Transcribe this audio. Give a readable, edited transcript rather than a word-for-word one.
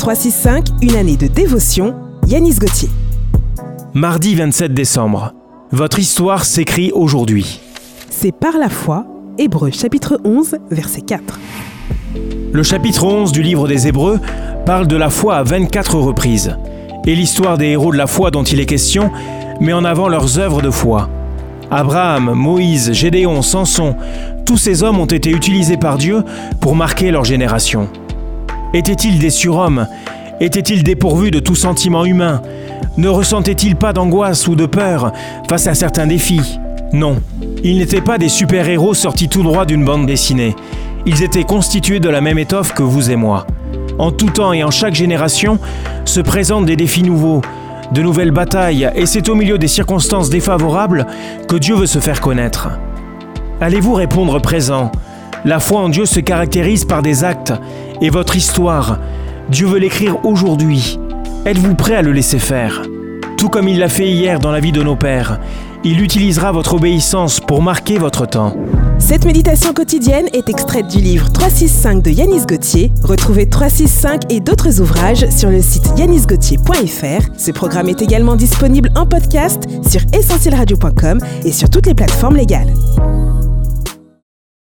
365, une année de dévotion, Yanis Gauthier. Mardi 27 décembre. Votre histoire s'écrit aujourd'hui. C'est par la foi, Hébreux chapitre 11, verset 4. Le chapitre 11 du livre des Hébreux parle de la foi à 24 reprises. Et l'histoire des héros de la foi dont il est question met en avant leurs œuvres de foi. Abraham, Moïse, Gédéon, Samson, tous ces hommes ont été utilisés par Dieu pour marquer leur génération. Étaient-ils des surhommes ? Étaient-ils dépourvus de tout sentiment humain ? Ne ressentaient-ils pas d'angoisse ou de peur face à certains défis ? Non, ils n'étaient pas des super-héros sortis tout droit d'une bande dessinée. Ils étaient constitués de la même étoffe que vous et moi. En tout temps et en chaque génération se présentent des défis nouveaux, de nouvelles batailles, et c'est au milieu des circonstances défavorables que Dieu veut se faire connaître. Allez-vous répondre présent ? La foi en Dieu se caractérise par des actes, et votre histoire, Dieu veut l'écrire aujourd'hui. Êtes-vous prêt à le laisser faire ? Tout comme il l'a fait hier dans la vie de nos pères, il utilisera votre obéissance pour marquer votre temps. Cette méditation quotidienne est extraite du livre 365 de Yanis Gauthier. Retrouvez 365 et d'autres ouvrages sur le site yanisgauthier.fr. Ce programme est également disponible en podcast sur essentielradio.com et sur toutes les plateformes légales.